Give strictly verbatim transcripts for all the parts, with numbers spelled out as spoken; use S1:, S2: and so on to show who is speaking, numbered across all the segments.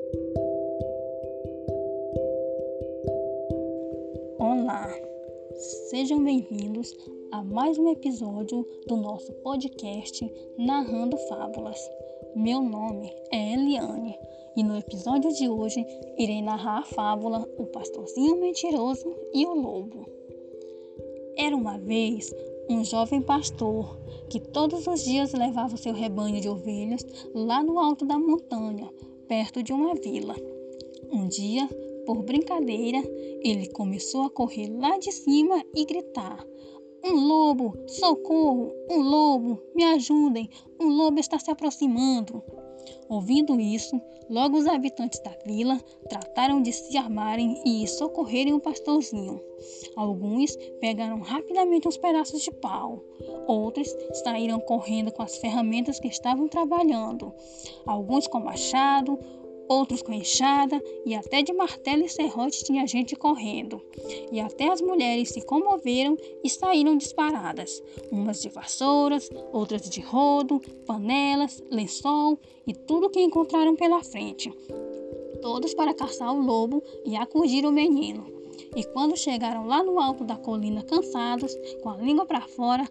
S1: Olá, sejam bem-vindos a mais um episódio do nosso podcast Narrando Fábulas. Meu nome é Eliane e no episódio de hoje irei narrar a fábula O Pastorzinho Mentiroso e o Lobo. Era uma vez um jovem pastor que todos os dias levava o seu rebanho de ovelhas lá no alto da montanha, perto de uma vila. Um dia, por brincadeira, ele começou a correr lá de cima e gritar: "Um lobo! Socorro! Um lobo! Me ajudem! Um lobo está se aproximando!" Ouvindo isso, logo os habitantes da vila trataram de se armarem e socorrerem o pastorzinho. Alguns pegaram rapidamente uns pedaços de pau. Outros saíram correndo com as ferramentas que estavam trabalhando. Alguns com machado, outros com enxada e até de martelo e serrote tinha gente correndo. E até as mulheres se comoveram e saíram disparadas, umas de vassouras, outras de rodo, panelas, lençol e tudo que encontraram pela frente. Todos para caçar o lobo e acudir o menino. E quando chegaram lá no alto da colina cansados, com a língua para fora,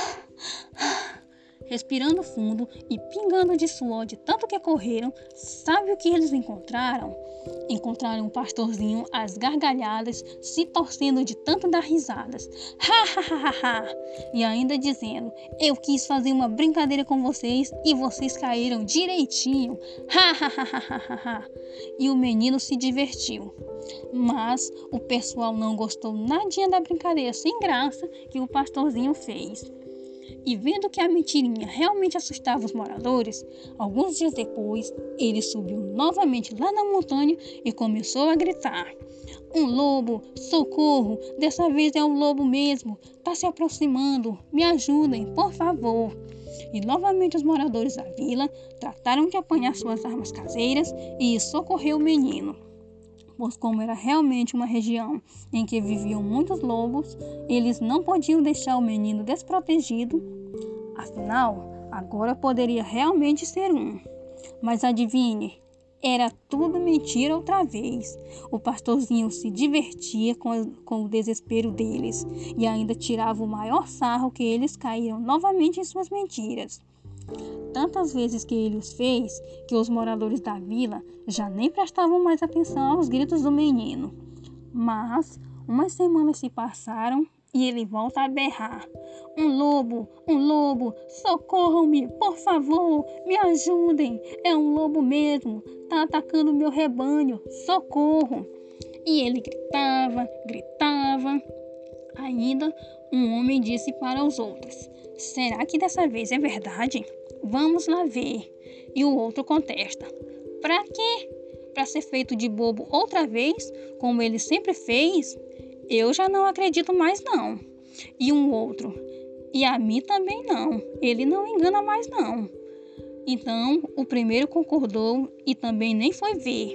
S1: respirando fundo e pingando de suor de tanto que correram, sabe o que eles encontraram? Encontraram um pastorzinho às gargalhadas, se torcendo de tanto dar risadas. Ha, ha, ha, ha, ha! E ainda dizendo: "Eu quis fazer uma brincadeira com vocês e vocês caíram direitinho. Ha, ha, ha, ha, ha, ha!" E o menino se divertiu. Mas o pessoal não gostou nadinha da brincadeira sem graça que o pastorzinho fez. E vendo que a mentirinha realmente assustava os moradores, alguns dias depois, ele subiu novamente lá na montanha e começou a gritar: "Um lobo! Socorro! Dessa vez é um lobo mesmo! Tá se aproximando! Me ajudem, por favor!" E novamente os moradores da vila trataram de apanhar suas armas caseiras e socorrer o menino. Pois como era realmente uma região em que viviam muitos lobos, eles não podiam deixar o menino desprotegido. Afinal, agora poderia realmente ser um. Mas adivinhe, era tudo mentira outra vez. O pastorzinho se divertia com, com o desespero deles e ainda tirava o maior sarro que eles caíram novamente em suas mentiras. Tantas vezes que ele os fez, que os moradores da vila já nem prestavam mais atenção aos gritos do menino. Mas umas semanas se passaram e ele volta a berrar: "Um lobo! Um lobo! Socorram-me! Por favor! Me ajudem! É um lobo mesmo! Tá atacando meu rebanho! Socorro!" E ele gritava, gritava. Ainda um homem disse para os outros: "Será que dessa vez é verdade? Vamos lá ver." E o outro contesta: "Pra quê? Pra ser feito de bobo outra vez, como ele sempre fez? Eu já não acredito mais não." E um outro: "E a mim também não. Ele não engana mais não." Então o primeiro concordou e também nem foi ver.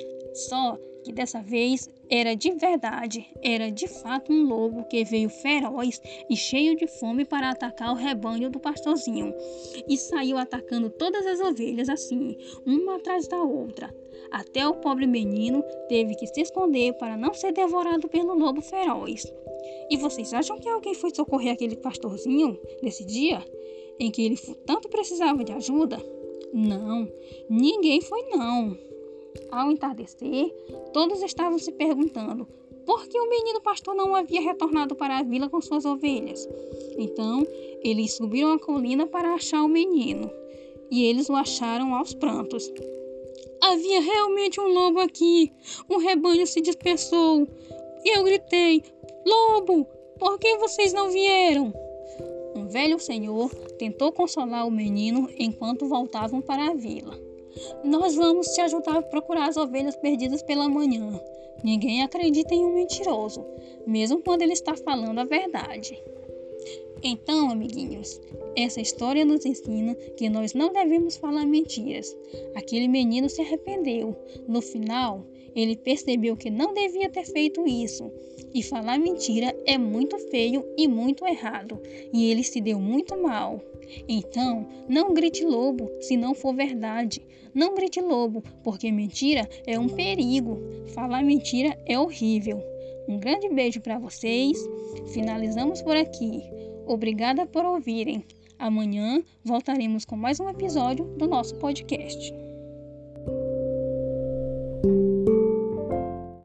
S1: Só que dessa vez era de verdade, era de fato um lobo que veio feroz e cheio de fome para atacar o rebanho do pastorzinho. E saiu atacando todas as ovelhas assim, uma atrás da outra. Até o pobre menino teve que se esconder para não ser devorado pelo lobo feroz. E vocês acham que alguém foi socorrer aquele pastorzinho nesse dia, em que ele tanto precisava de ajuda? Não, ninguém foi não. Ao entardecer, todos estavam se perguntando por que o menino pastor não havia retornado para a vila com suas ovelhas. Então, eles subiram a colina para achar o menino, e eles o acharam aos prantos. "Havia realmente um lobo aqui. Um rebanho se dispersou. E eu gritei: 'Lobo, por que vocês não vieram?'" Um velho senhor tentou consolar o menino enquanto voltavam para a vila. "Nós vamos te ajudar a procurar as ovelhas perdidas pela manhã." Ninguém acredita em um mentiroso, mesmo quando ele está falando a verdade. Então, amiguinhos, essa história nos ensina que nós não devemos falar mentiras. Aquele menino se arrependeu. No final, ele percebeu que não devia ter feito isso. E falar mentira é muito feio e muito errado. E ele se deu muito mal. Então, não grite lobo se não for verdade. Não grite lobo, porque mentira é um perigo. Falar mentira é horrível. Um grande beijo para vocês. Finalizamos por aqui. Obrigada por ouvirem. Amanhã voltaremos com mais um episódio do nosso podcast.